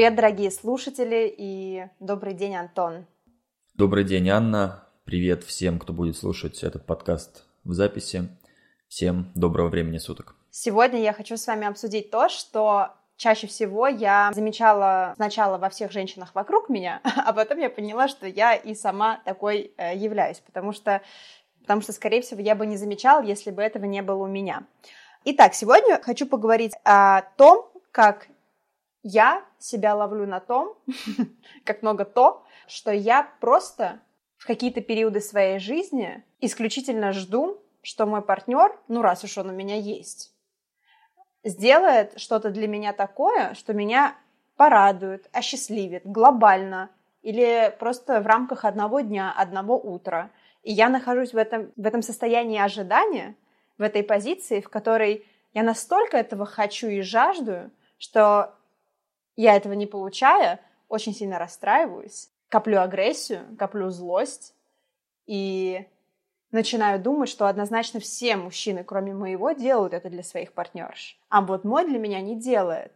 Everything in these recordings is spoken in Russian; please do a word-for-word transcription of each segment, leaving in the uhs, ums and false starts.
Привет, дорогие слушатели, и добрый день, Антон. Добрый день, Анна. Привет всем, кто будет слушать этот подкаст в записи. Всем доброго времени суток. Сегодня я хочу с вами обсудить то, что чаще всего я замечала сначала во всех женщинах вокруг меня, а потом я поняла, что я и сама такой э, являюсь, потому что, потому что, скорее всего, я бы не замечала, если бы этого не было у меня. Итак, сегодня хочу поговорить о том, как я себя ловлю на том, как много то, что я просто в какие-то периоды своей жизни исключительно жду, что мой партнер, ну раз уж он у меня есть, сделает что-то для меня такое, что меня порадует, осчастливит глобально или просто в рамках одного дня, одного утра. И я нахожусь в этом, в этом состоянии ожидания, в этой позиции, в которой я настолько этого хочу и жаждаю, что я этого не получая, очень сильно расстраиваюсь, коплю агрессию, коплю злость и начинаю думать, что однозначно все мужчины, кроме моего, делают это для своих партнерш. А вот мой для меня не делает.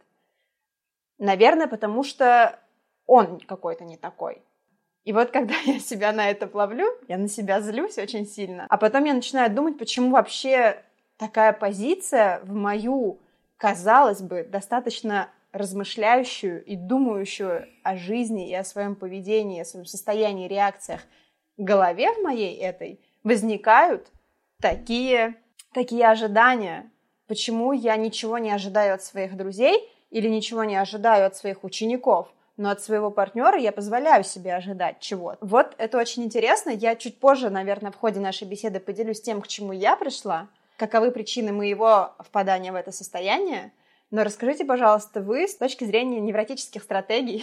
Наверное, потому что он какой-то не такой. И вот когда я себя на это ловлю, я на себя злюсь очень сильно. А потом я начинаю думать, почему вообще такая позиция в мою, казалось бы, достаточно размышляющую и думающую о жизни и о своем поведении, о своем состоянии, реакциях голове в моей этой, возникают такие, такие ожидания. Почему я ничего не ожидаю от своих друзей или ничего не ожидаю от своих учеников, но от своего партнера я позволяю себе ожидать чего-то. Вот это очень интересно. Я чуть позже, наверное, в ходе нашей беседы поделюсь тем, к чему я пришла, каковы причины моего впадания в это состояние. Но расскажите, пожалуйста, вы с точки зрения невротических стратегий,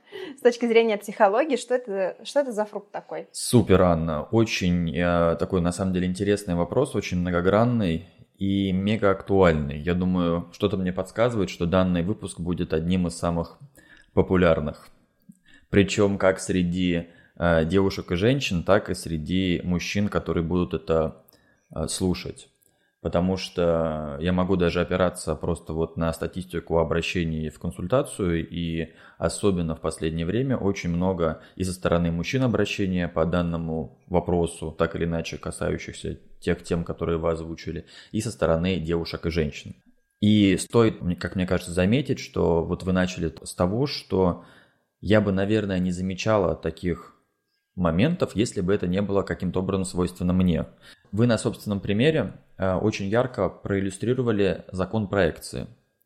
с точки зрения психологии, что это, что это за фрукт такой? Супер, Анна. Очень э, такой, на самом деле, интересный вопрос, очень многогранный и мега актуальный. Я думаю, что-то мне подсказывает, что данный выпуск будет одним из самых популярных. Причем как среди э, девушек и женщин, так и среди мужчин, которые будут это э, слушать. Потому что я могу даже опираться просто вот на статистику обращений в консультацию, и особенно в последнее время очень много и со стороны мужчин обращения по данному вопросу, так или иначе касающихся тех тем, которые вы озвучили, и со стороны девушек и женщин. И стоит, как мне кажется, заметить, что вот вы начали с того, что я бы, наверное, не замечала таких моментов, если бы это не было каким-то образом свойственно мне. Вы на собственном примере э, очень ярко проиллюстрировали закон проекции.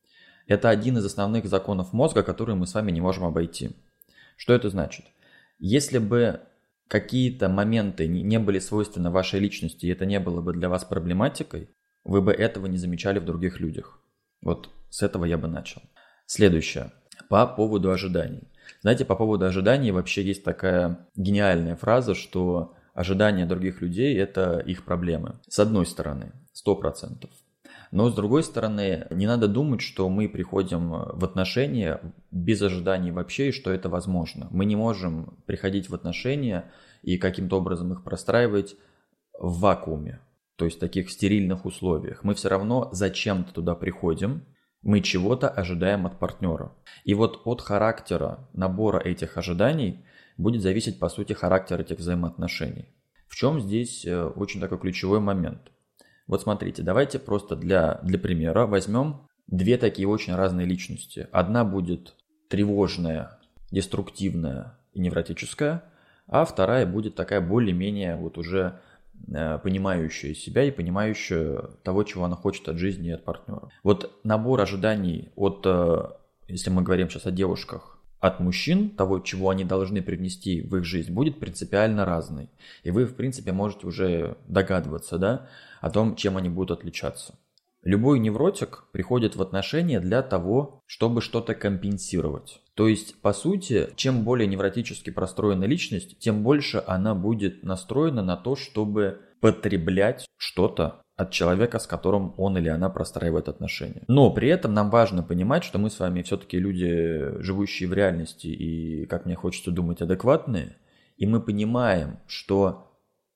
Это один из основных законов мозга, который мы с вами не можем обойти. Что это значит? Если бы какие-то моменты не были свойственны вашей личности, и это не было бы для вас проблематикой, вы бы этого не замечали в других людях. Вот с этого я бы начал. Следующее. По поводу ожиданий. Знаете, по поводу ожиданий вообще есть такая гениальная фраза, что ожидания других людей – это их проблемы. С одной стороны, сто процентов. Но с другой стороны, не надо думать, что мы приходим в отношения без ожиданий вообще, и что это возможно. Мы не можем приходить в отношения и каким-то образом их простраивать в вакууме, то есть в таких стерильных условиях. Мы все равно зачем-то туда приходим. Мы чего-то ожидаем от партнера. И вот от характера набора этих ожиданий будет зависеть, по сути, характер этих взаимоотношений. В чем здесь очень такой ключевой момент? Вот смотрите, давайте просто для, для примера возьмем две такие очень разные личности. Одна будет тревожная, деструктивная и невротическая, а вторая будет такая более-менее вот уже понимающая себя и понимающая того, чего она хочет от жизни и от партнера. Вот набор ожиданий от, если мы говорим сейчас о девушках, от мужчин, того, чего они должны привнести в их жизнь, будет принципиально разный. И вы, в принципе, можете уже догадываться, да, о том, чем они будут отличаться. Любой невротик приходит в отношения для того, чтобы что-то компенсировать. То есть, по сути, чем более невротически простроена личность, тем больше она будет настроена на то, чтобы потреблять что-то от человека, с которым он или она простраивает отношения. Но при этом нам важно понимать, что мы с вами все-таки люди, живущие в реальности и, как мне хочется думать, адекватные, и мы понимаем, что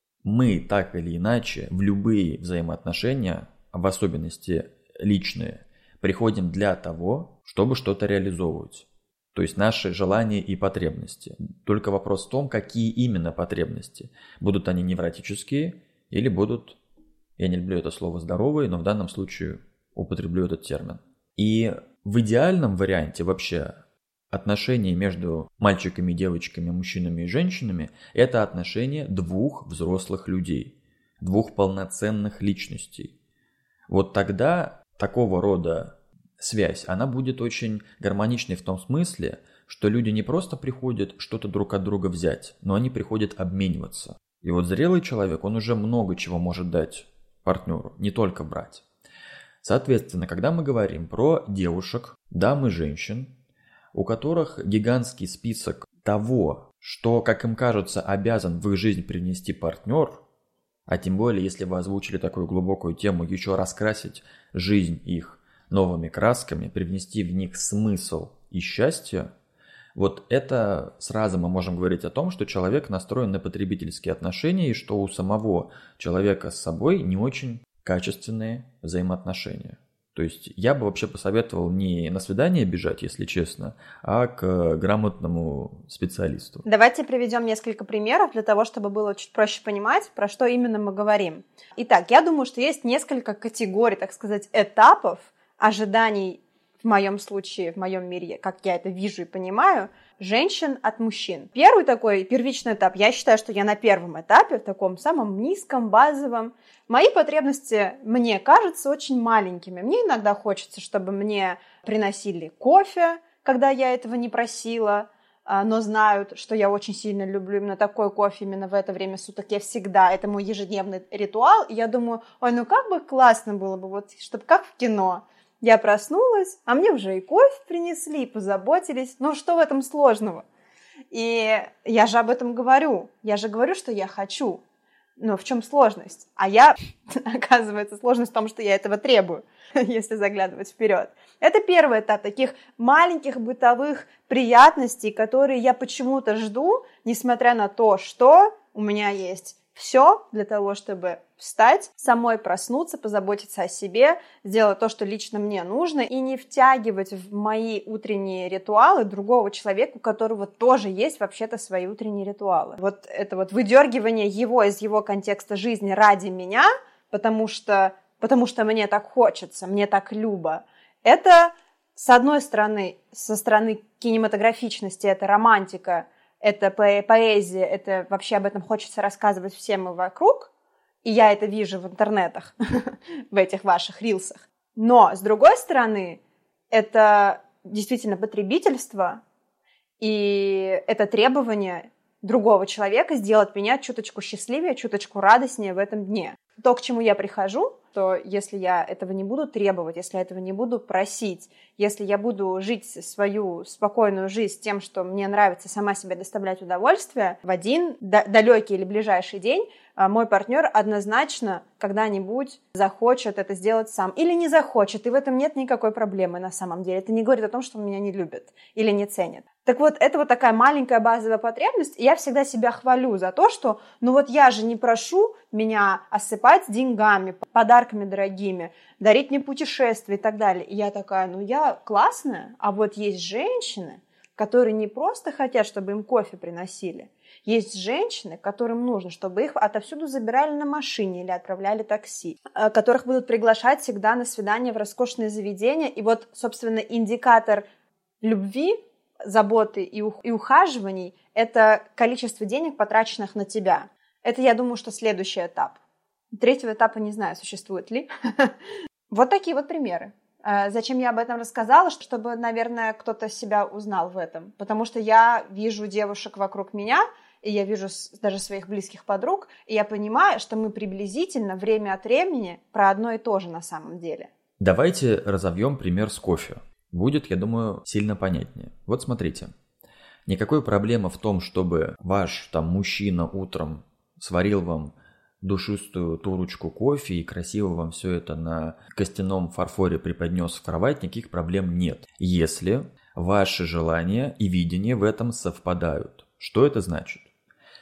мы так или иначе в любые взаимоотношения, в особенности личные, приходим для того, чтобы что-то реализовывать. То есть наши желания и потребности. Только вопрос в том, какие именно потребности. Будут они невротические или будут, я не люблю это слово здоровые, но в данном случае употреблю этот термин. И в идеальном варианте вообще отношения между мальчиками, девочками, мужчинами и женщинами – это отношения двух взрослых людей, двух полноценных личностей. Вот тогда такого рода связь, она будет очень гармоничной в том смысле, что люди не просто приходят что-то друг от друга взять, но они приходят обмениваться. И вот зрелый человек, он уже много чего может дать партнеру, не только брать. Соответственно, когда мы говорим про девушек, дам и женщин, у которых гигантский список того, что, как им кажется, обязан в их жизнь привнести партнер, а тем более, если вы озвучили такую глубокую тему, еще раскрасить жизнь их новыми красками, привнести в них смысл и счастье, вот это сразу мы можем говорить о том, что человек настроен на потребительские отношения и что у самого человека с собой не очень качественные взаимоотношения. То есть я бы вообще посоветовал не на свидание бежать, если честно, а к грамотному специалисту. Давайте приведем несколько примеров для того, чтобы было чуть проще понимать, про что именно мы говорим. Итак, я думаю, что есть несколько категорий, так сказать, этапов ожиданий, в моем случае, в моем мире, как я это вижу и понимаю, женщин от мужчин. Первый такой первичный этап, я считаю, что я на первом этапе, в таком самом низком, базовом. Мои потребности, мне кажутся, очень маленькими. Мне иногда хочется, чтобы мне приносили кофе, когда я этого не просила, но знают, что я очень сильно люблю именно такой кофе именно в это время суток. Я всегда, это мой ежедневный ритуал. И я думаю, ой, ну как бы классно было бы, вот, чтобы как в кино. Я проснулась, а мне уже и кофе принесли, и позаботились. Ну, что в этом сложного? И я же об этом говорю. Я же говорю, что я хочу. Но в чем сложность? А я, оказывается, сложность в том, что я этого требую, если заглядывать вперед. Это первый этап таких маленьких бытовых приятностей, которые я почему-то жду, несмотря на то, что у меня есть все для того, чтобы встать, самой проснуться, позаботиться о себе, сделать то, что лично мне нужно, и не втягивать в мои утренние ритуалы другого человека, у которого тоже есть вообще-то свои утренние ритуалы. Вот это вот выдергивание его из его контекста жизни ради меня, потому что, потому что мне так хочется, мне так любо. Это, с одной стороны, со стороны кинематографичности, это романтика, это поэзия, это вообще об этом хочется рассказывать всем и вокруг, и я это вижу в интернетах, в этих ваших рилсах. Но, с другой стороны, это действительно потребительство, и это требование другого человека сделать меня чуточку счастливее, чуточку радостнее в этом дне. То, к чему я прихожу, то если я этого не буду требовать, если я этого не буду просить, если я буду жить свою спокойную жизнь тем, что мне нравится сама себе доставлять удовольствие, в один д- далекий или ближайший день мой партнер однозначно когда-нибудь захочет это сделать сам. Или не захочет, и в этом нет никакой проблемы на самом деле. Это не говорит о том, что он меня не любит или не ценит. Так вот, это вот такая маленькая базовая потребность, и я всегда себя хвалю за то, что ну вот я же не прошу меня осыпать деньгами, подарками дорогими, дарить мне путешествия и так далее. И я такая, ну я классная, а вот есть женщины, которые не просто хотят, чтобы им кофе приносили. Есть женщины, которым нужно, чтобы их отовсюду забирали на машине или отправляли такси, которых будут приглашать всегда на свидания в роскошные заведения. И вот, собственно, индикатор любви, заботы и ухаживаний – это количество денег, потраченных на тебя. Это, я думаю, что следующий этап. Третьего этапа не знаю, существует ли. Вот такие вот примеры. Зачем я об этом рассказала? Чтобы, наверное, кто-то себя узнал в этом. Потому что я вижу девушек вокруг меня, и я вижу даже своих близких подруг, и я понимаю, что мы приблизительно время от времени про одно и то же на самом деле. Давайте разовьем пример с кофе. Будет, я думаю, сильно понятнее. Вот смотрите. Никакой проблемы в том, чтобы ваш там мужчина утром сварил вам душистую турочку кофе и красиво вам все это на костяном фарфоре преподнес в кровать, никаких проблем нет. Если ваши желания и видения в этом совпадают. Что это значит?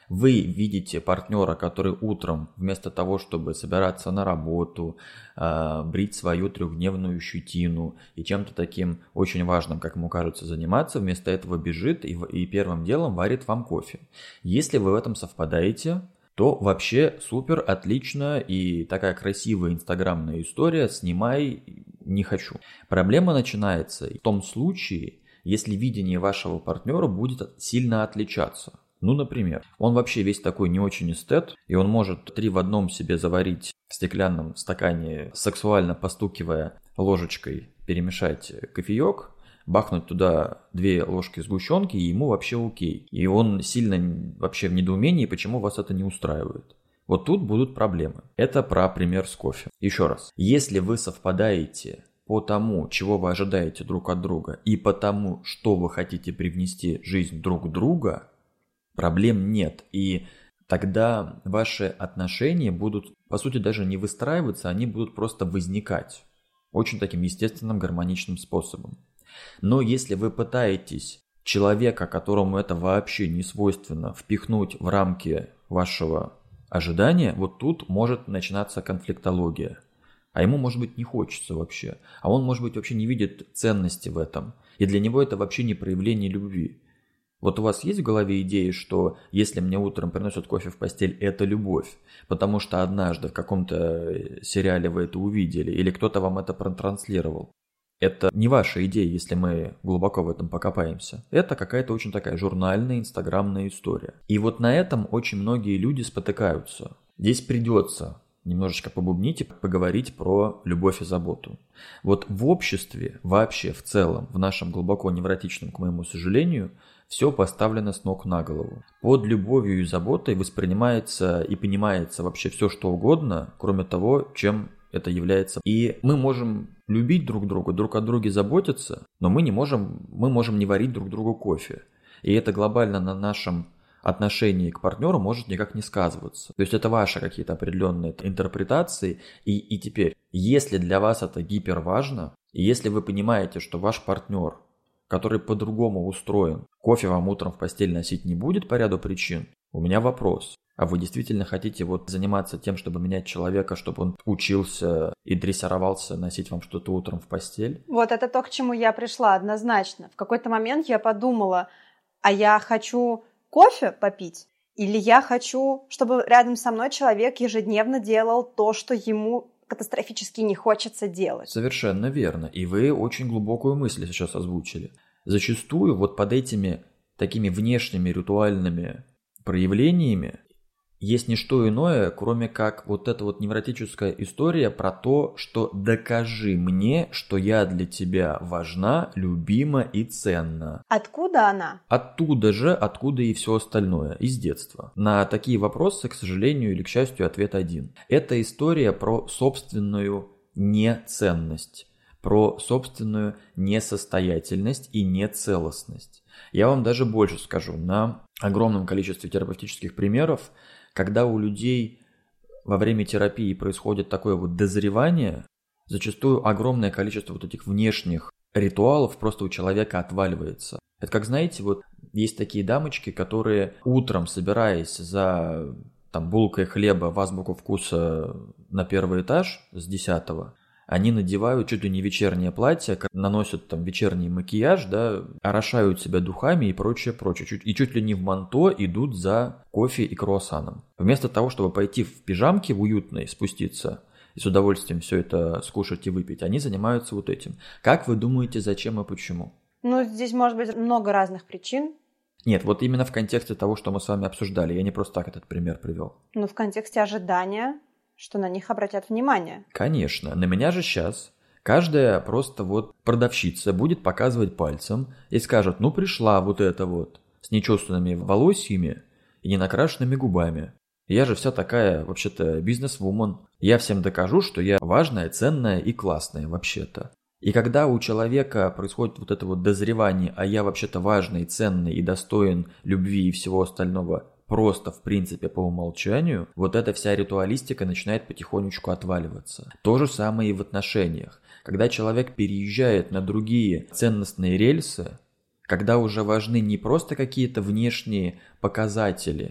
Вы видите партнера, который утром вместо того, чтобы собираться на работу, э, брить свою трехдневную щетину и чем-то таким очень важным, как ему кажется, заниматься, вместо этого бежит и, и первым делом варит вам кофе. Если вы в этом совпадаете, то вообще супер, отлично, и такая красивая инстаграмная история, снимай, не хочу. Проблема начинается в том случае, если видение вашего партнера будет сильно отличаться. Ну, например, он вообще весь такой не очень эстет, и он может три в одном себе заварить в стеклянном стакане, сексуально постукивая ложечкой, перемешать кофеек, бахнуть туда две ложки сгущенки, и ему вообще окей. И он сильно вообще в недоумении, почему вас это не устраивает. Вот тут будут проблемы. Это про пример с кофе. Еще раз. Если вы совпадаете по тому, чего вы ожидаете друг от друга, и по тому, что вы хотите привнести в жизнь друг друга, проблем нет. И тогда ваши отношения будут, по сути, даже не выстраиваться, они будут просто возникать. Очень таким естественным, гармоничным способом. Но если вы пытаетесь человека, которому это вообще не свойственно, впихнуть в рамки вашего ожидания, вот тут может начинаться конфликтология. А ему, может быть, не хочется вообще. А он, может быть, вообще не видит ценности в этом. И для него это вообще не проявление любви. Вот у вас есть в голове идея, что если мне утром приносят кофе в постель, это любовь, потому что однажды в каком-то сериале вы это увидели, или кто-то вам это протранслировал. Это не ваша идея, если мы глубоко в этом покопаемся. Это какая-то очень такая журнальная, инстаграмная история. И вот на этом очень многие люди спотыкаются. Здесь придется немножечко побубнить и поговорить про любовь и заботу. Вот в обществе, вообще в целом, в нашем глубоко невротичном, к моему сожалению, все поставлено с ног на голову. Под любовью и заботой воспринимается и понимается вообще все, что угодно, кроме того, чем это является. И мы можем любить друг друга, друг о друге заботиться, но мы не можем, мы можем не варить друг другу кофе. И это глобально на нашем отношении к партнеру может никак не сказываться. То есть это ваши какие-то определенные интерпретации. И, и теперь, если для вас это гиперважно, и если вы понимаете, что ваш партнер, который по-другому устроен, кофе вам утром в постель носить не будет по ряду причин, у меня вопрос. А вы действительно хотите вот заниматься тем, чтобы менять человека, чтобы он учился и дрессировался носить вам что-то утром в постель? Вот это то, к чему я пришла однозначно. В какой-то момент я подумала, а я хочу кофе попить? Или я хочу, чтобы рядом со мной человек ежедневно делал то, что ему катастрофически не хочется делать? Совершенно верно. И вы очень глубокую мысль сейчас озвучили. Зачастую вот под этими такими внешними ритуальными проявлениями есть не что иное, кроме как вот эта вот невротическая история про то, что докажи мне, что я для тебя важна, любима и ценна. Откуда она? Оттуда же, откуда и все остальное, из детства. На такие вопросы, к сожалению или к счастью, ответ один. Это история про собственную неценность, про собственную несостоятельность и нецелостность. Я вам даже больше скажу, на огромном количестве терапевтических примеров, когда у людей во время терапии происходит такое вот дозревание, зачастую огромное количество вот этих внешних ритуалов просто у человека отваливается. Это как, знаете, вот есть такие дамочки, которые утром, собираясь за там, булкой хлеба в азбуку вкуса на первый этаж с десятого, они надевают чуть ли не вечернее платье, наносят там вечерний макияж, да, орошают себя духами и прочее, прочее. И чуть ли не в манто идут за кофе и круассаном. Вместо того, чтобы пойти в пижамке в уютной, спуститься и с удовольствием все это скушать и выпить, они занимаются вот этим. Как вы думаете, зачем и почему? Ну, здесь может быть много разных причин. Нет, вот именно в контексте того, что мы с вами обсуждали. Я не просто так этот пример привел. Ну, в контексте ожидания, что на них обратят внимание. Конечно. На меня же сейчас каждая просто вот продавщица будет показывать пальцем и скажет, ну пришла вот эта вот с нечесанными волосьями и ненакрашенными губами. Я же вся такая, вообще-то, бизнес-вумен. Я всем докажу, что я важная, ценная и классная вообще-то. И когда у человека происходит вот это вот дозревание, а я вообще-то важный, ценный и достоин любви и всего остального, просто в принципе по умолчанию, вот эта вся ритуалистика начинает потихонечку отваливаться. То же самое и в отношениях. Когда человек переезжает на другие ценностные рельсы, когда уже важны не просто какие-то внешние показатели,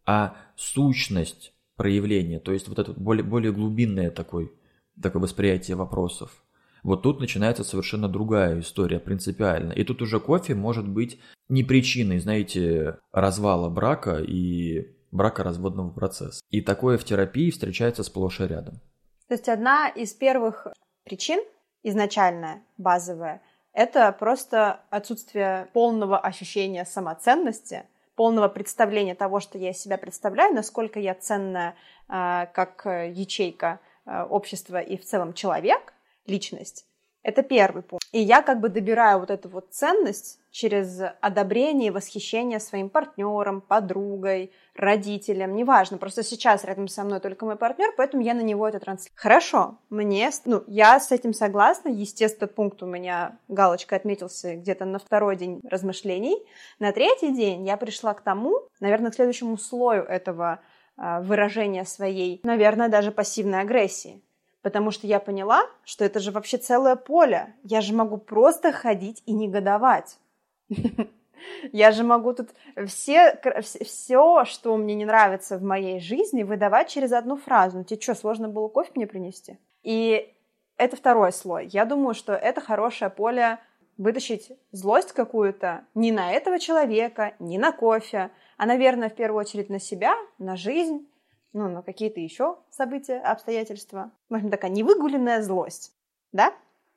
а сущность проявления, то есть вот это более, более глубинное такое, такое восприятие вопросов. Вот тут начинается совершенно другая история, принципиально. И тут уже кофе может быть не причиной, знаете, развала брака и бракоразводного процесса. И такое в терапии встречается сплошь и рядом. То есть одна из первых причин, изначальная, базовая, это просто отсутствие полного ощущения самоценности, полного представления того, что я из себя представляю, насколько я ценная э, как ячейка э, общества и в целом человек, личность. Это первый пункт. И я как бы добираю вот эту вот ценность через одобрение и восхищение своим партнером, подругой, родителям, неважно. Просто сейчас рядом со мной только мой партнер, поэтому я на него это транслирую. Хорошо, мне, ну, я с этим согласна. Естественно, пункт у меня галочкой отметился где-то на второй день размышлений. На третий день я пришла к тому, наверное, к следующему слою этого выражения своей, наверное, даже пассивной агрессии. Потому что я поняла, что это же вообще целое поле. Я же могу просто ходить и негодовать. Я же могу тут все, все, что мне не нравится в моей жизни, выдавать через одну фразу. Ну тебе что, сложно было кофе мне принести? И это второй слой. Я думаю, что это хорошее поле вытащить злость какую-то не на этого человека, не на кофе, а, наверное, в первую очередь на себя, на жизнь, ну, на какие-то еще события, обстоятельства. Можно такая невыгуленная злость, да?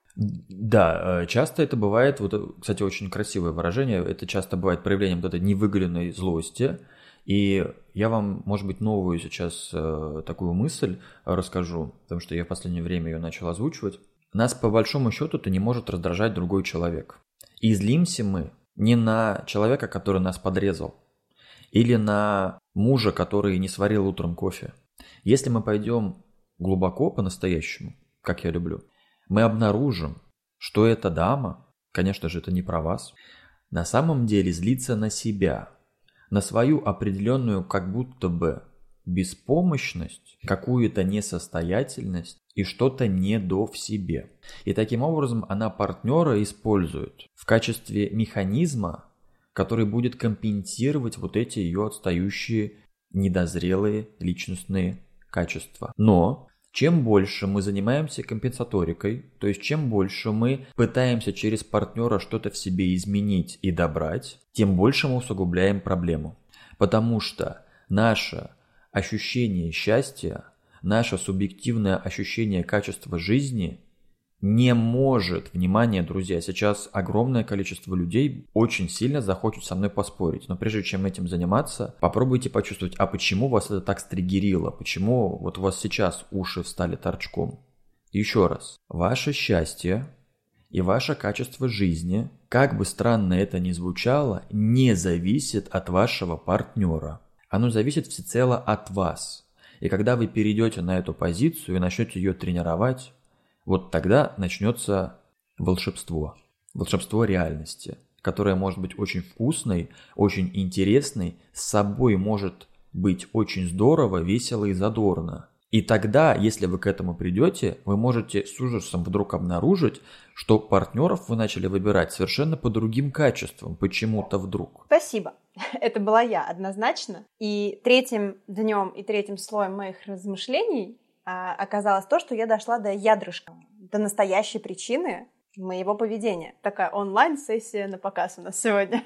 Да, часто это бывает, вот, кстати, очень красивое выражение, это часто бывает проявлением вот этой невыгуленной злости. И я вам, может быть, новую сейчас э, такую мысль расскажу, потому что я в последнее время ее начал озвучивать. Нас, по большому счету-то, не может раздражать другой человек. И злимся мы не на человека, который нас подрезал, или на мужа, который не сварил утром кофе. Если мы пойдем глубоко по-настоящему, как я люблю, мы обнаружим, что эта дама, конечно же, это не про вас, на самом деле злится на себя, на свою определенную как будто бы беспомощность, какую-то несостоятельность и что-то недо в себе. И таким образом она партнера использует в качестве механизма, который будет компенсировать вот эти ее отстающие, недозрелые личностные качества. Но чем больше мы занимаемся компенсаторикой, то есть чем больше мы пытаемся через партнера что-то в себе изменить и добрать, тем больше мы усугубляем проблему. Потому что наше ощущение счастья, наше субъективное ощущение качества жизни не может, внимание, друзья, сейчас огромное количество людей очень сильно захочет со мной поспорить. Но прежде чем этим заниматься, попробуйте почувствовать, а почему вас это так стригерило, почему вот у вас сейчас уши встали торчком. Еще раз, ваше счастье и ваше качество жизни, как бы странно это ни звучало, не зависит от вашего партнера. Оно зависит всецело от вас. И когда вы перейдете на эту позицию и начнете ее тренировать, вот тогда начнется волшебство. Волшебство реальности, которое может быть очень вкусной, очень интересной, с собой может быть очень здорово, весело и задорно. И тогда, если вы к этому придете, вы можете с ужасом вдруг обнаружить, что партнеров вы начали выбирать совершенно по другим качествам, почему-то вдруг. Спасибо. Это была я, однозначно. И третьим днем и третьим слоем моих размышлений оказалось то, что я дошла до ядрышка, до настоящей причины моего поведения. Такая онлайн-сессия на показ у нас сегодня.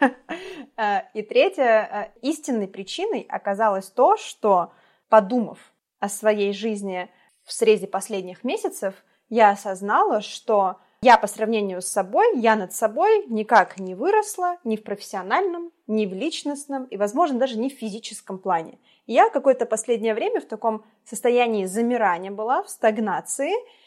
И третья, истинной причиной оказалось то, что, подумав о своей жизни в срезе последних месяцев, я осознала, что я по сравнению с собой, я над собой никак не выросла ни в профессиональном, ни в личностном и, возможно, даже не в физическом плане. Я какое-то последнее время в таком состоянии замирания была, в стагнации,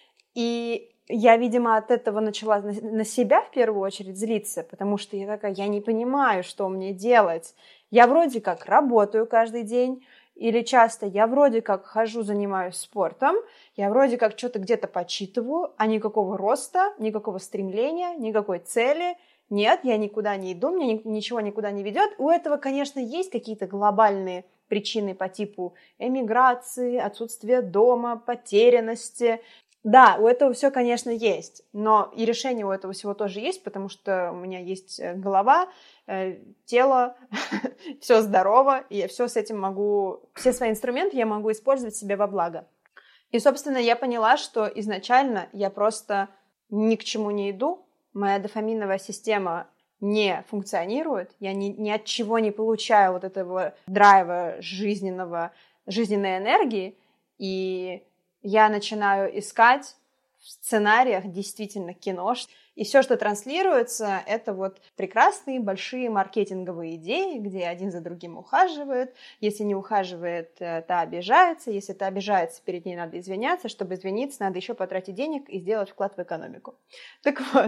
и я, видимо, от этого начала на себя в первую очередь злиться, потому что я такая, я не понимаю, что мне делать. Я вроде как работаю каждый день, или часто я вроде как хожу, занимаюсь спортом, я вроде как что-то где-то почитываю, а никакого роста, никакого стремления, никакой цели нет, я никуда не иду, мне ничего никуда не ведет. У этого, конечно, есть какие-то глобальные причины по типу эмиграции, отсутствия дома, потерянности. Да, у этого все, конечно, есть, но и решение у этого всего тоже есть, потому что у меня есть голова, э, тело, все здорово, и я все с этим могу, все свои инструменты я могу использовать себе во благо. И, собственно, я поняла, что изначально я просто ни к чему не иду, моя дофаминовая система не функционирует, я ни, ни от чего не получаю вот этого драйва жизненного, жизненной энергии, и я начинаю искать в сценариях действительно кино, и все, что транслируется, это вот прекрасные большие маркетинговые идеи, где один за другим ухаживает. Если не ухаживает, та обижается. Если та обижается, перед ней надо извиняться. Чтобы извиниться, надо еще потратить денег и сделать вклад в экономику. Так вот.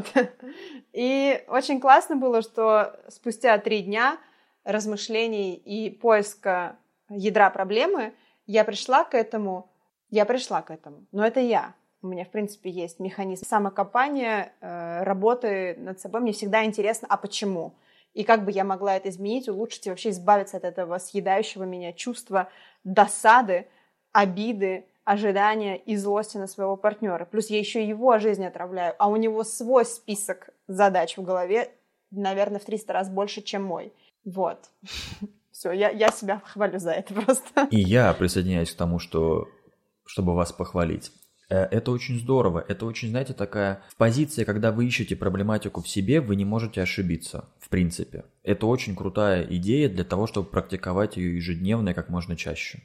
И очень классно было, что спустя три дня размышлений и поиска ядра проблемы я пришла к этому. Я пришла к этому. Но это я. У меня, в принципе, есть механизм самокопания, э, работы над собой. Мне всегда интересно, а почему? И как бы я могла это изменить, улучшить и вообще избавиться от этого съедающего меня чувства досады, обиды, ожидания и злости на своего партнера. Плюс я еще его жизнь отравляю, а у него свой список задач в голове, наверное, в триста раз больше, чем мой. Вот. Все, я, я себя хвалю за это просто. И я присоединяюсь к тому, что, чтобы вас похвалить. Это очень здорово, это очень, знаете, такая позиция, когда вы ищете проблематику в себе, вы не можете ошибиться, в принципе. Это очень крутая идея для того, чтобы практиковать ее ежедневно и как можно чаще.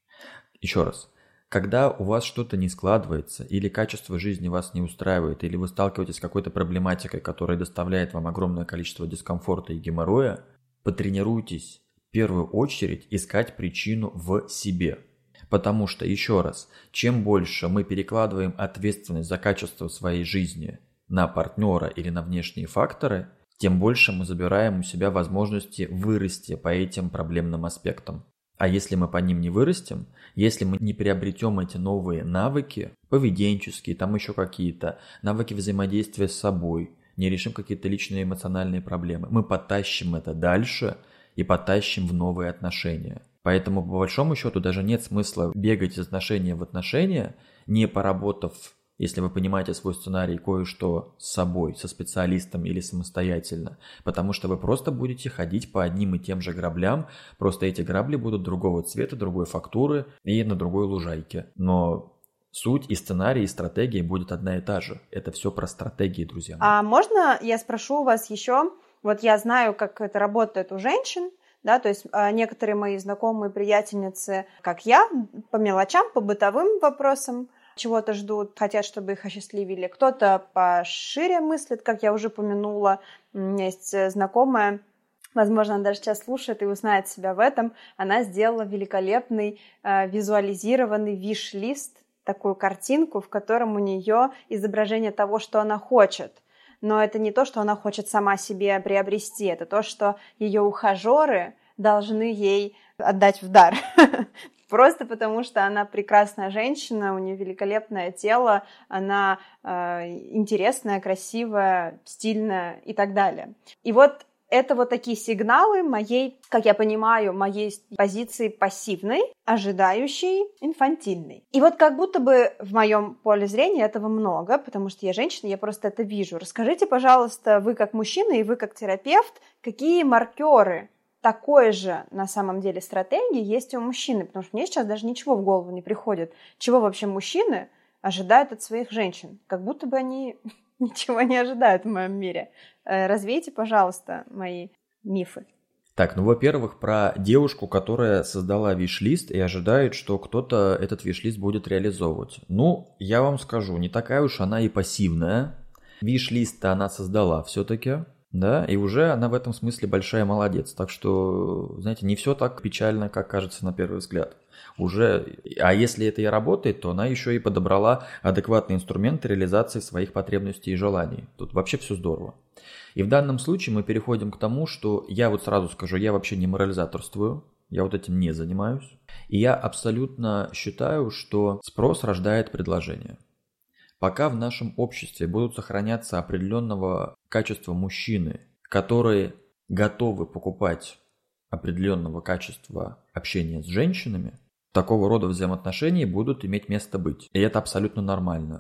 Еще раз, когда у вас что-то не складывается, или качество жизни вас не устраивает, или вы сталкиваетесь с какой-то проблематикой, которая доставляет вам огромное количество дискомфорта и геморроя, потренируйтесь в первую очередь искать причину в себе. Потому что, еще раз, чем больше мы перекладываем ответственность за качество своей жизни на партнера или на внешние факторы, тем больше мы забираем у себя возможности вырасти по этим проблемным аспектам. А если мы по ним не вырастем, если мы не приобретем эти новые навыки, поведенческие, там еще какие-то, навыки взаимодействия с собой, не решим какие-то личные эмоциональные проблемы, мы потащим это дальше и потащим в новые отношения. Поэтому, по большому счету, даже нет смысла бегать из отношения в отношения, не поработав, если вы понимаете свой сценарий, кое-что с собой, со специалистом или самостоятельно. Потому что вы просто будете ходить по одним и тем же граблям, просто эти грабли будут другого цвета, другой фактуры и на другой лужайке. Но суть и сценарий, и стратегия будет одна и та же. Это все про стратегии, друзья мои. А можно я спрошу у вас еще? Вот я знаю, как это работает у женщин. Да, то есть э, некоторые мои знакомые приятельницы, как я, по мелочам, по бытовым вопросам чего-то ждут, хотят, чтобы их осчастливили. Кто-то пошире мыслит, как я уже упомянула. У меня есть знакомая, возможно, она даже сейчас слушает и узнает себя в этом. Она сделала великолепный э, визуализированный виш-лист, такую картинку, в котором у нее изображение того, что она хочет. Но это не то, что она хочет сама себе приобрести, это то, что ее ухажеры должны ей отдать в дар. Просто потому, что она прекрасная женщина, у нее великолепное тело, она э, интересная, красивая, стильная и так далее. И вот это вот такие сигналы моей, как я понимаю, моей позиции пассивной, ожидающей, инфантильной. И вот как будто бы в моем поле зрения этого много, потому что я женщина, я просто это вижу. Расскажите, пожалуйста, вы как мужчина и вы как терапевт, какие маркеры такой же на самом деле стратегии есть у мужчины? Потому что мне сейчас даже ничего в голову не приходит. Чего вообще мужчины ожидают от своих женщин? Как будто бы они ничего не ожидают в моем мире. Развейте, пожалуйста, мои мифы. Так, ну, во-первых, про девушку, которая создала виш-лист и ожидает, что кто-то этот виш-лист будет реализовывать. Ну, я вам скажу, не такая уж она и пассивная. Виш-лист-то она создала все-таки, да, и уже она в этом смысле большая молодец. Так что, знаете, не все так печально, как кажется на первый взгляд. Уже, а если это и работает, то она еще и подобрала адекватные инструменты реализации своих потребностей и желаний. Тут вообще все здорово. И в данном случае мы переходим к тому, что я вот сразу скажу, я вообще не морализаторствую, я вот этим не занимаюсь. И я абсолютно считаю, что спрос рождает предложение. Пока в нашем обществе будут сохраняться определенного качества мужчины, которые готовы покупать определенного качества общения с женщинами, такого рода взаимоотношения будут иметь место быть. И это абсолютно нормально.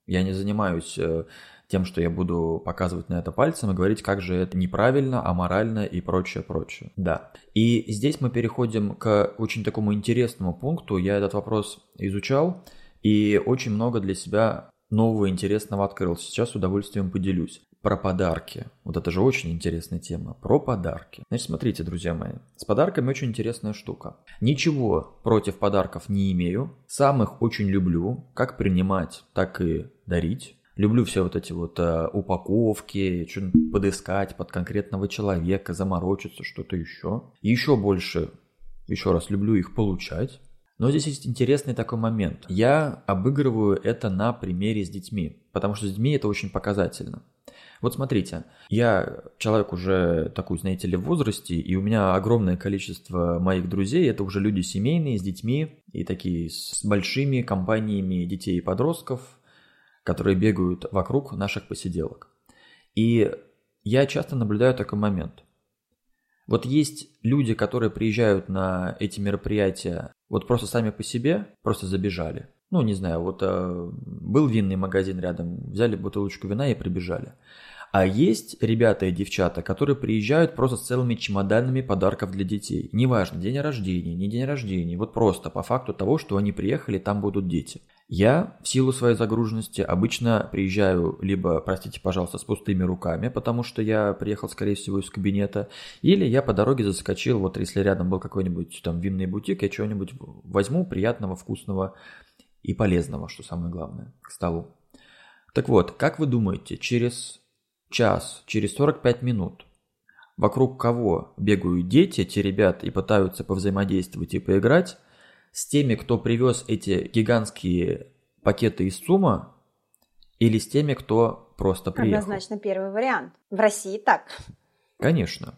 Я не занимаюсь тем, что я буду показывать на это пальцем и говорить, как же это неправильно, аморально и прочее, прочее. Да. И здесь мы переходим к очень такому интересному пункту. Я этот вопрос изучал и очень много для себя нового интересного открыл. Сейчас с удовольствием поделюсь. Про подарки. Вот это же очень интересная тема. Про подарки. Значит, смотрите, друзья мои. С подарками очень интересная штука. Ничего против подарков не имею. Сам их очень люблю. Как принимать, так и дарить. Люблю все вот эти вот э, упаковки, что-нибудь подыскать под конкретного человека, заморочиться, что-то еще. Еще больше, еще раз, люблю их получать. Но здесь есть интересный такой момент. Я обыгрываю это на примере с детьми, потому что с детьми это очень показательно. Вот смотрите, я человек уже такой, знаете ли, в возрасте, и у меня огромное количество моих друзей, это уже люди семейные, с детьми, и такие с большими компаниями детей и подростков, которые бегают вокруг наших посиделок. И я часто наблюдаю такой момент. Вот есть люди, которые приезжают на эти мероприятия вот просто сами по себе, просто забежали. Ну, не знаю, вот э, был винный магазин рядом, взяли бутылочку вина и прибежали. А есть ребята и девчата, которые приезжают просто с целыми чемоданами подарков для детей. Неважно, день рождения, не день рождения, вот просто по факту того, что они приехали, там будут дети. Я в силу своей загруженности обычно приезжаю либо, простите, пожалуйста, с пустыми руками, потому что я приехал, скорее всего, из кабинета, или я по дороге заскочил, вот если рядом был какой-нибудь там винный бутик, я чего-нибудь возьму приятного, вкусного и полезного, что самое главное, к столу. Так вот, как вы думаете, через час, через сорок пять минут вокруг кого бегают дети, те ребята, и пытаются повзаимодействовать и поиграть, с теми, кто привез эти гигантские пакеты из ЦУМа, или с теми, кто просто приехал? Однозначно первый вариант. В России так. Конечно.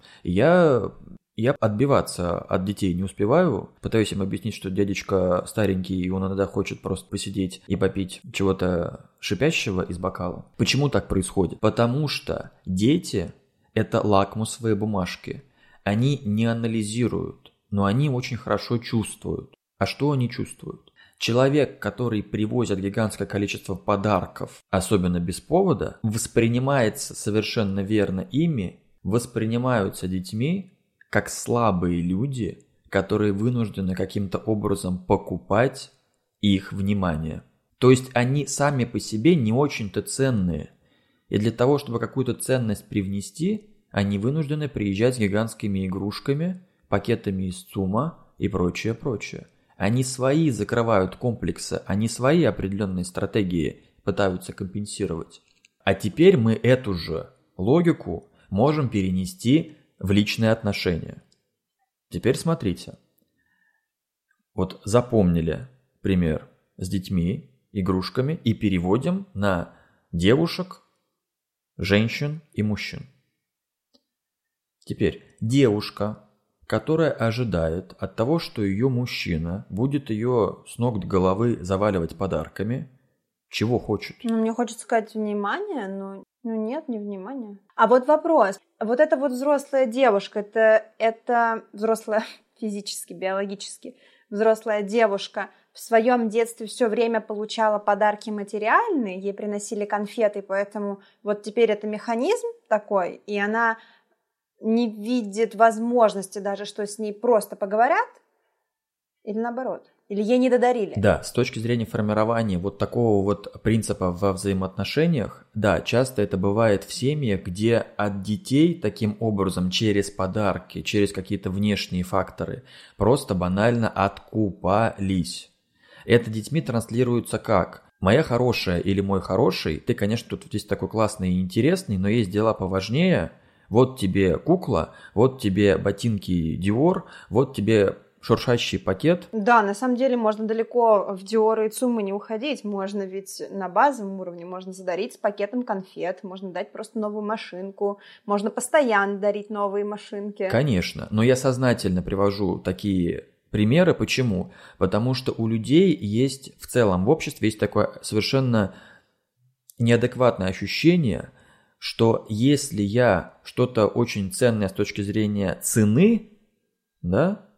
Я, я отбиваться от детей не успеваю. Пытаюсь им объяснить, что дядечка старенький, и он иногда хочет просто посидеть и попить чего-то шипящего из бокала. Почему так происходит? Потому что дети – это лакмусовые бумажки. Они не анализируют, но они очень хорошо чувствуют. А что они чувствуют? Человек, который привозит гигантское количество подарков, особенно без повода, воспринимается совершенно верно ими, воспринимаются детьми как слабые люди, которые вынуждены каким-то образом покупать их внимание. То есть они сами по себе не очень-то ценные. И для того, чтобы какую-то ценность привнести, они вынуждены приезжать с гигантскими игрушками, пакетами из ЦУМа и прочее, прочее. Они свои закрывают комплексы, они свои определенные стратегии пытаются компенсировать. А теперь мы эту же логику можем перенести в личные отношения. Теперь смотрите. Вот запомнили пример с детьми, игрушками и переводим на девушек, женщин и мужчин. Теперь девушка, которая ожидает от того, что ее мужчина будет ее с ног до головы заваливать подарками, чего хочет? Ну, мне хочется сказать внимание, но ну, нет, не внимание. А вот вопрос. Вот эта вот взрослая девушка, это, это взрослая физически, биологически, взрослая девушка в своем детстве все время получала подарки материальные, ей приносили конфеты, поэтому вот теперь это механизм такой, и она не видит возможности даже, что с ней просто поговорят, или наоборот, или ей не додарили. Да, с точки зрения формирования вот такого вот принципа во взаимоотношениях, да, часто это бывает в семьях, где от детей таким образом через подарки, через какие-то внешние факторы просто банально откупались. Это детьми транслируется как? Моя хорошая или мой хороший, ты, конечно, тут здесь такой классный и интересный, но есть дела поважнее. Вот тебе кукла, вот тебе ботинки Dior, вот тебе шуршащий пакет. Да, на самом деле можно далеко в Dior и ЦУМы не уходить. Можно ведь на базовом уровне, можно задарить с пакетом конфет, можно дать просто новую машинку, можно постоянно дарить новые машинки. Конечно, но я сознательно привожу такие примеры. Почему? Потому что у людей есть в целом в обществе есть такое совершенно неадекватное ощущение, что если я что-то очень ценное с точки зрения цены, да,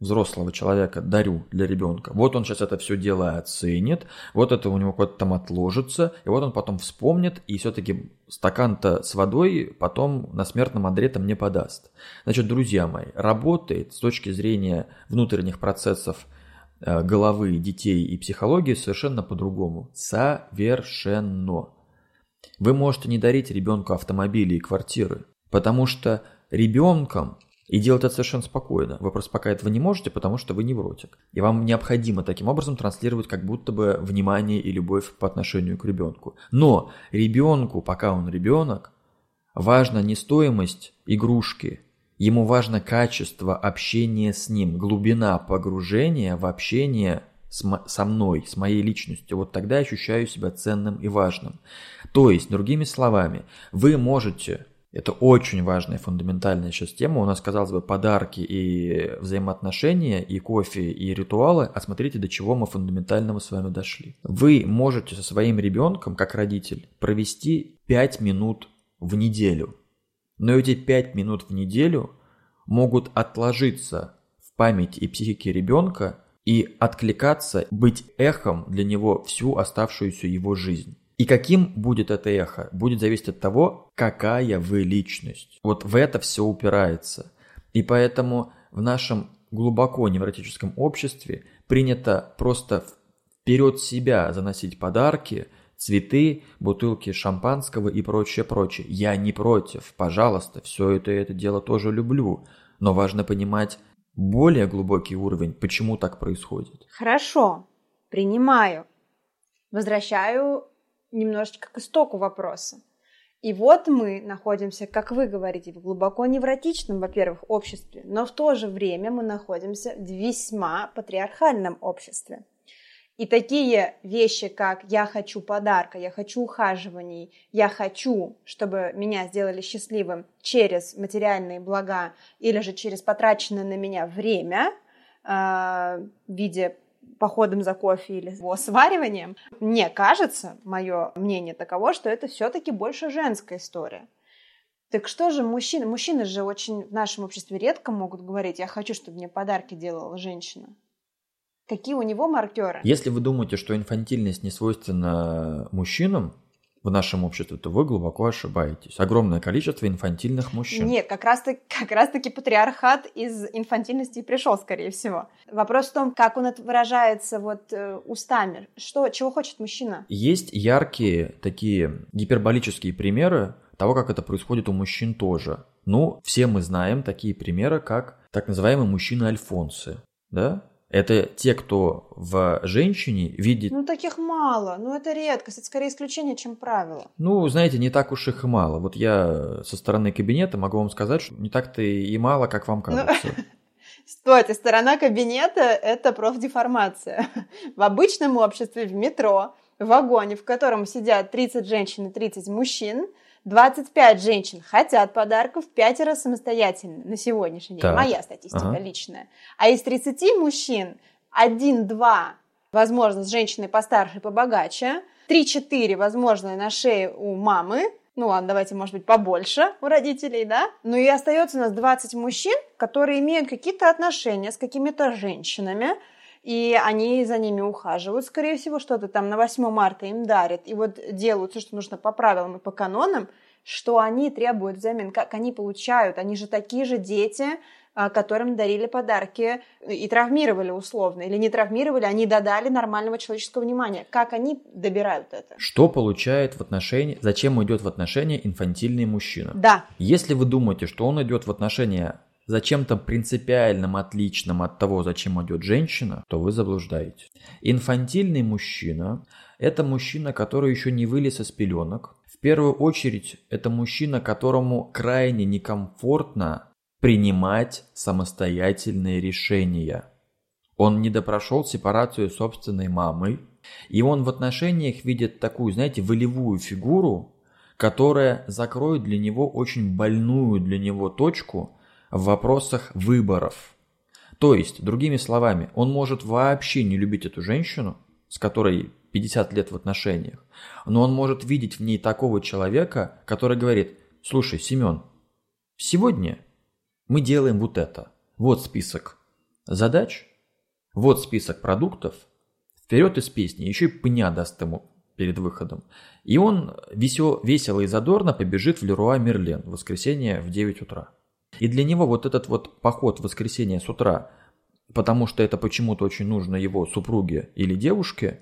взрослого человека дарю для ребенка, вот он сейчас это все дело оценит, вот это у него куда-то там отложится, и вот он потом вспомнит, и все-таки стакан-то с водой потом на смертном одре мне подаст. Значит, друзья мои, работает с точки зрения внутренних процессов головы детей и психологии совершенно по-другому. Совершенно. Вы можете не дарить ребенку автомобили и квартиры, потому что ребенком, и делать это совершенно спокойно, вы просто пока этого не можете, потому что вы невротик. И вам необходимо таким образом транслировать как будто бы внимание и любовь по отношению к ребенку. Но ребенку, пока он ребенок, важна не стоимость игрушки, ему важно качество общения с ним, глубина погружения в общение со мной, с моей личностью. Вот тогда я ощущаю себя ценным и важным. То есть, другими словами, вы можете... Это очень важная, фундаментальная сейчас тема. У нас, казалось бы, подарки и взаимоотношения, и кофе, и ритуалы. А смотрите, до чего мы фундаментального с вами дошли. Вы можете со своим ребенком, как родитель, провести пять минут в неделю. Но эти пять минут в неделю могут отложиться в памяти и психике ребенка и откликаться, быть эхом для него всю оставшуюся его жизнь. И каким будет это эхо, будет зависеть от того, какая вы личность. Вот в это все упирается. И поэтому в нашем глубоко невротическом обществе принято просто вперед себя заносить подарки, цветы, бутылки шампанского и прочее, прочее. Я не против, пожалуйста, все это, это дело тоже люблю. Но важно понимать более глубокий уровень, почему так происходит. Хорошо, принимаю. Возвращаю немножечко к истоку вопроса. И вот мы находимся, как вы говорите, в глубоко невротичном, во-первых, обществе, но в то же время мы находимся в весьма патриархальном обществе. И такие вещи, как «я хочу подарка», «я хочу ухаживаний», «я хочу, чтобы меня сделали счастливым через материальные блага или же через потраченное на меня время э, в виде походом за кофе или его свариванием, мне кажется, мое мнение таково, что это все-таки больше женская история. Так что же мужчины? Мужчины же очень в нашем обществе редко могут говорить «я хочу, чтобы мне подарки делала женщина». Какие у него маркеры? Если вы думаете, что инфантильность не свойственна мужчинам в нашем обществе, то вы глубоко ошибаетесь. Огромное количество инфантильных мужчин. Нет, как раз-таки, как раз-таки патриархат из инфантильности и пришел, скорее всего. Вопрос в том, как он это выражается вот э, устами. Что, чего хочет мужчина? Есть яркие такие гиперболические примеры того, как это происходит у мужчин тоже. Ну, все мы знаем такие примеры, как так называемые мужчины-альфонсы, да? Это те, кто в женщине видит... Ну, таких мало. Ну, это редкость. Это скорее исключение, чем правило. Ну, знаете, не так уж их и мало. Вот я со стороны кабинета могу вам сказать, что не так-то и мало, как вам кажется. Ну, стойте, сторона кабинета – это профдеформация. В обычном обществе, в метро, в вагоне, в котором сидят тридцать женщин и тридцать мужчин, двадцать пять женщин хотят подарков, пятеро самостоятельно на сегодняшний день. Так. Моя статистика ага. личная. А из тридцати мужчин один-два, возможно, с женщиной постарше и побогаче, три-четыре, возможно, на шее у мамы, ну ладно, давайте, может быть, побольше у родителей, да? Ну и остается у нас двадцать мужчин, которые имеют какие-то отношения с какими-то женщинами, и они за ними ухаживают, скорее всего, что-то там на восьмое марта им дарят, и вот делают все, что нужно по правилам и по канонам, что они требуют взамен, как они получают. Они же такие же дети, которым дарили подарки и травмировали условно, или не травмировали, они додали нормального человеческого внимания. Как они добирают это? Что получает в отношении, зачем идет в отношения инфантильный мужчина? Да. Если вы думаете, что он идет в отношения зачем-то принципиальным отличным от того, зачем идет женщина, то вы заблуждаетесь. Инфантильный мужчина – это мужчина, который еще не вылез из пеленок. В первую очередь, это мужчина, которому крайне некомфортно принимать самостоятельные решения. Он недопрошел сепарацию с собственной мамой, и он в отношениях видит такую, знаете, волевую фигуру, которая закроет для него очень больную для него точку в вопросах выборов. То есть, другими словами, он может вообще не любить эту женщину, с которой пятьдесят лет в отношениях, но он может видеть в ней такого человека, который говорит: слушай, Семен, сегодня мы делаем вот это, вот список задач, вот список продуктов, вперед из песни, еще и пня даст ему перед выходом. И он весел, весело и задорно побежит в Леруа Мерлен в воскресенье в девять утра. И для него вот этот вот поход в воскресенье с утра, потому что это почему-то очень нужно его супруге или девушке,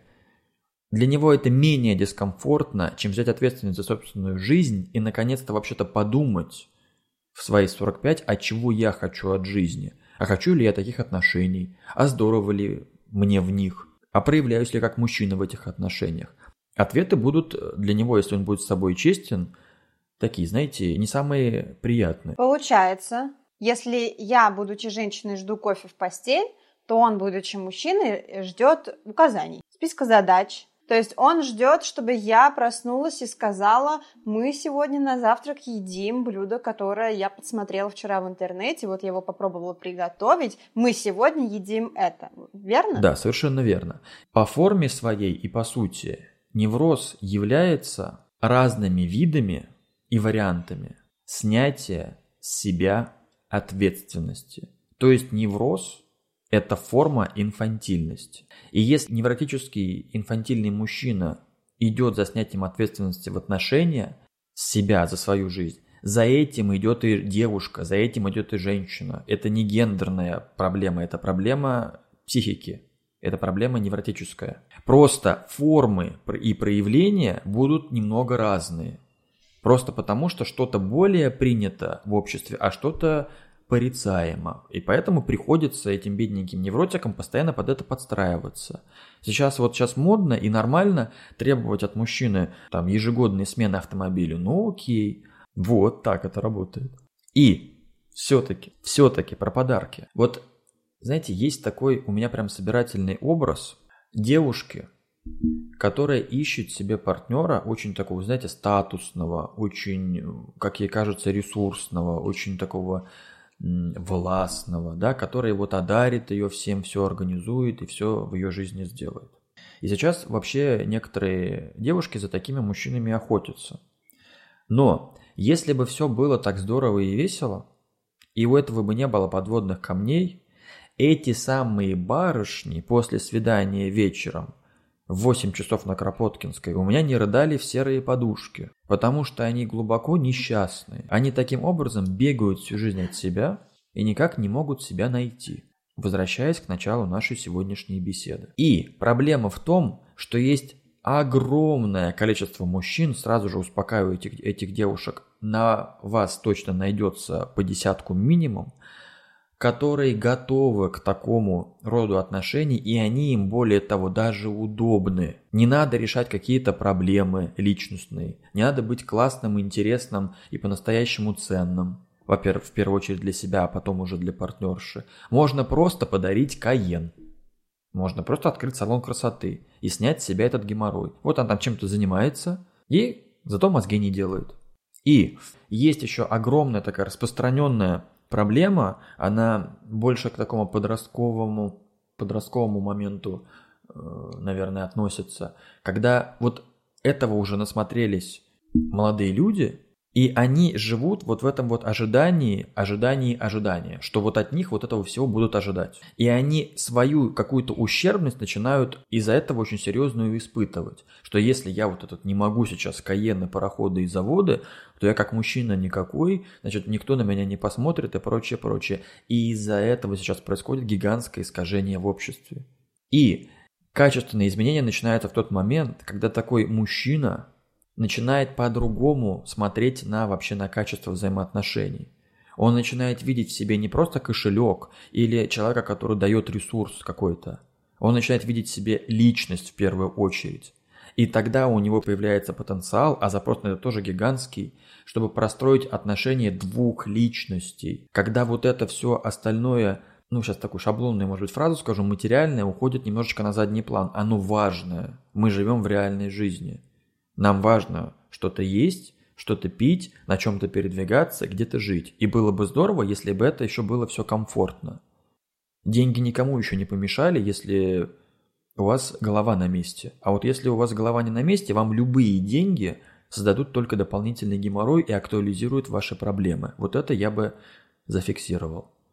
для него это менее дискомфортно, чем взять ответственность за собственную жизнь и наконец-то вообще-то подумать в свои сорок пять, а чего я хочу от жизни, а хочу ли я таких отношений, а здорово ли мне в них, а проявляюсь ли как мужчина в этих отношениях. Ответы будут для него, если он будет с собой честен, такие, знаете, не самые приятные. Получается, если я, будучи женщиной, жду кофе в постель, то он, будучи мужчиной, ждет указаний, списка задач. То есть он ждет, чтобы я проснулась и сказала: мы сегодня на завтрак едим блюдо, которое я подсмотрела вчера в интернете, вот я его попробовала приготовить, мы сегодня едим это. Верно? Да, совершенно верно. По форме своей и по сути невроз является разными видами и вариантами снятия с себя ответственности. То есть невроз – это форма инфантильности. И если невротический инфантильный мужчина идет за снятием ответственности в отношения с себя, за свою жизнь, за этим идет и девушка, за этим идет и женщина. Это не гендерная проблема, это проблема психики. Это проблема невротическая. Просто формы и проявления будут немного разные. Просто потому, что что-то более принято в обществе, а что-то порицаемо. И поэтому приходится этим бедненьким невротикам постоянно под это подстраиваться. Сейчас вот сейчас модно и нормально требовать от мужчины там ежегодные смены автомобиля. Ну окей, вот так это работает. И все-таки, все-таки про подарки. Вот знаете, есть такой у меня прям собирательный образ девушки, которая ищет себе партнера очень такого, знаете, статусного, очень, как ей кажется, ресурсного, очень такого м, властного, да, который вот одарит ее всем, все организует и все в ее жизни сделает. И сейчас вообще некоторые девушки за такими мужчинами охотятся. Но если бы все было так здорово и весело, и у этого бы не было подводных камней, эти самые барышни после свидания вечером в восемь часов на Кропоткинской у меня не рыдали в серые подушки, потому что они глубоко несчастны. Они таким образом бегают всю жизнь от себя и никак не могут себя найти, возвращаясь к началу нашей сегодняшней беседы. И проблема в том, что есть огромное количество мужчин, сразу же успокаиваю этих, этих девушек, на вас точно найдется по десятку минимум, которые готовы к такому роду отношений, и они им, более того, даже удобны. Не надо решать какие-то проблемы личностные, не надо быть классным, интересным и по-настоящему ценным. Во-первых, в первую очередь для себя, а потом уже для партнерши. Можно просто подарить Кайен. Можно просто открыть салон красоты и снять с себя этот геморрой. Вот он там чем-то занимается, и зато мозги не делает. И есть еще огромная такая распространенная проблема, она больше к такому подростковому, подростковому моменту, наверное, относится, когда вот этого уже насмотрелись молодые люди, и они живут вот в этом вот ожидании, ожидании, ожидания, что вот от них вот этого всего будут ожидать. И они свою какую-то ущербность начинают из-за этого очень серьезную испытывать, что если я вот этот не могу сейчас Кайены, пароходы и заводы, то я как мужчина никакой, значит, никто на меня не посмотрит и прочее, прочее. И из-за этого сейчас происходит гигантское искажение в обществе. И качественные изменения начинаются в тот момент, когда такой мужчина начинает по-другому смотреть на вообще на качество взаимоотношений. Он начинает видеть в себе не просто кошелек или человека, который дает ресурс какой-то. Он начинает видеть в себе личность в первую очередь. И тогда у него появляется потенциал, а запрос на это тоже гигантский, чтобы простроить отношения двух личностей. Когда вот это все остальное, ну сейчас такую шаблонную, может быть, фразу скажу, материальное уходит немножечко на задний план. Оно важное. Мы живем в реальной жизни. Нам важно что-то есть, что-то пить, на чем-то передвигаться, где-то жить. И было бы здорово, если бы это еще было все комфортно. Деньги никому еще не помешали, если у вас голова на месте. А вот если у вас голова не на месте, вам любые деньги создадут только дополнительный геморрой и актуализируют ваши проблемы. Вот это я бы зафиксировал.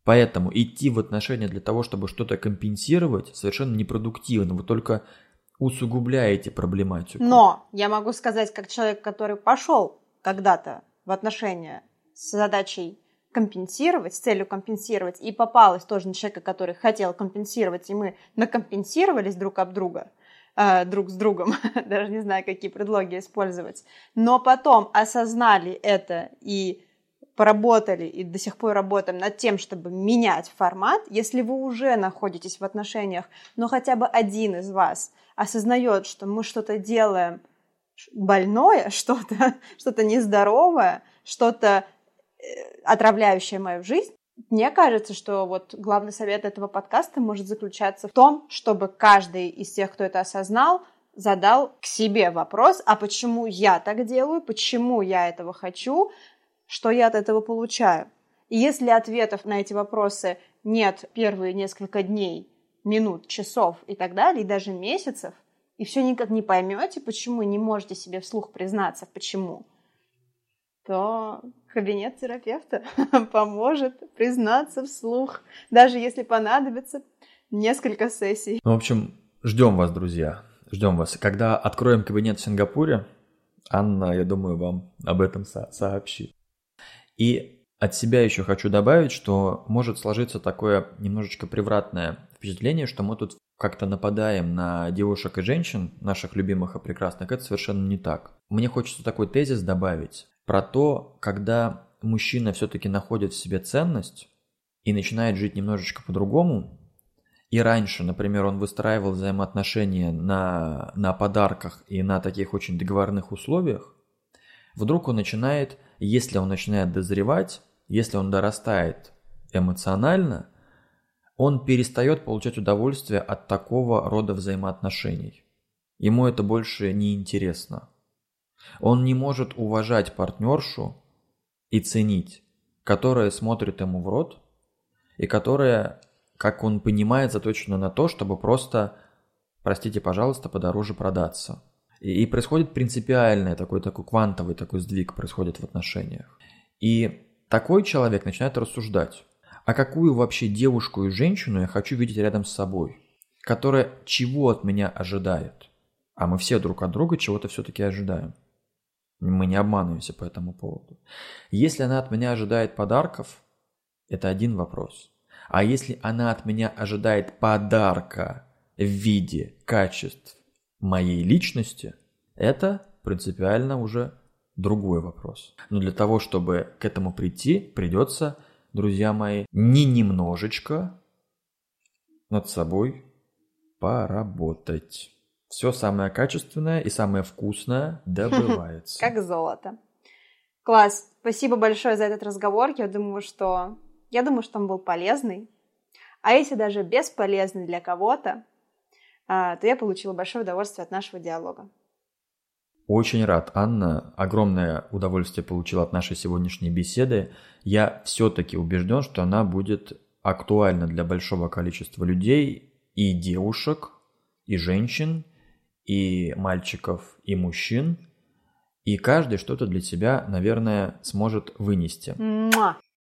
Поэтому идти в отношения для того, чтобы что-то компенсировать, совершенно непродуктивно. Вы только усугубляете проблематику. Но я могу сказать, как человек, который пошел когда-то в отношения с задачей компенсировать, с целью компенсировать, и попалась тоже на человека, который хотел компенсировать, и мы накомпенсировались друг об друга, э, друг с другом, даже не знаю, какие предлоги использовать, но потом осознали это и поработали, и до сих пор работаем над тем, чтобы менять формат. Если вы уже находитесь в отношениях, но хотя бы один из вас осознает, что мы что-то делаем больное, что-то, что-то нездоровое, что-то отравляющее мою жизнь, мне кажется, что вот главный совет этого подкаста может заключаться в том, чтобы каждый из тех, кто это осознал, задал к себе вопрос, а почему я так делаю, почему я этого хочу, что я от этого получаю. И если ответов на эти вопросы нет первые несколько дней, минут, часов и так далее, и даже месяцев, и все никак не поймете, почему, не можете себе вслух признаться, почему, то кабинет терапевта поможет признаться вслух, даже если понадобится несколько сессий. Ну, в общем, ждем вас, друзья, ждем вас. Когда откроем кабинет в Сингапуре, Анна, я думаю, вам об этом со- сообщит. И от себя еще хочу добавить, что может сложиться такое немножечко превратное впечатление, что мы тут как-то нападаем на девушек и женщин, наших любимых и прекрасных. Это совершенно не так. Мне хочется такой тезис добавить про то, когда мужчина все-таки находит в себе ценность и начинает жить немножечко по-другому, и раньше, например, он выстраивал взаимоотношения на, на подарках и на таких очень договорных условиях, вдруг он начинает, если он начинает дозревать, если он дорастает эмоционально, он перестает получать удовольствие от такого рода взаимоотношений. Ему это больше не интересно. Он не может уважать партнершу и ценить, которая смотрит ему в рот и которая, как он понимает, заточена на то, чтобы просто, простите, пожалуйста, подороже продаться. И, и происходит принципиальный такой, такой квантовый такой сдвиг происходит в отношениях. И такой человек начинает рассуждать, а какую вообще девушку и женщину я хочу видеть рядом с собой, которая чего от меня ожидает. А мы все друг от друга чего-то все-таки ожидаем. Мы не обманываемся по этому поводу. Если она от меня ожидает подарков, это один вопрос. А если она от меня ожидает подарка в виде качеств моей личности, это принципиально уже другой вопрос. Но для того, чтобы к этому прийти, придется, друзья мои, не немножечко над собой поработать. Все самое качественное и самое вкусное добывается. Как золото. Класс. Спасибо большое за этот разговор. Я думаю, что я думаю, что он был полезный. А если даже бесполезный для кого-то, то я получила большое удовольствие от нашего диалога. Очень рад, Анна. Огромное удовольствие получил от нашей сегодняшней беседы. Я все-таки убежден, что она будет актуальна для большого количества людей, и девушек, и женщин, и мальчиков, и мужчин. И каждый что-то для себя, наверное, сможет вынести. Муа!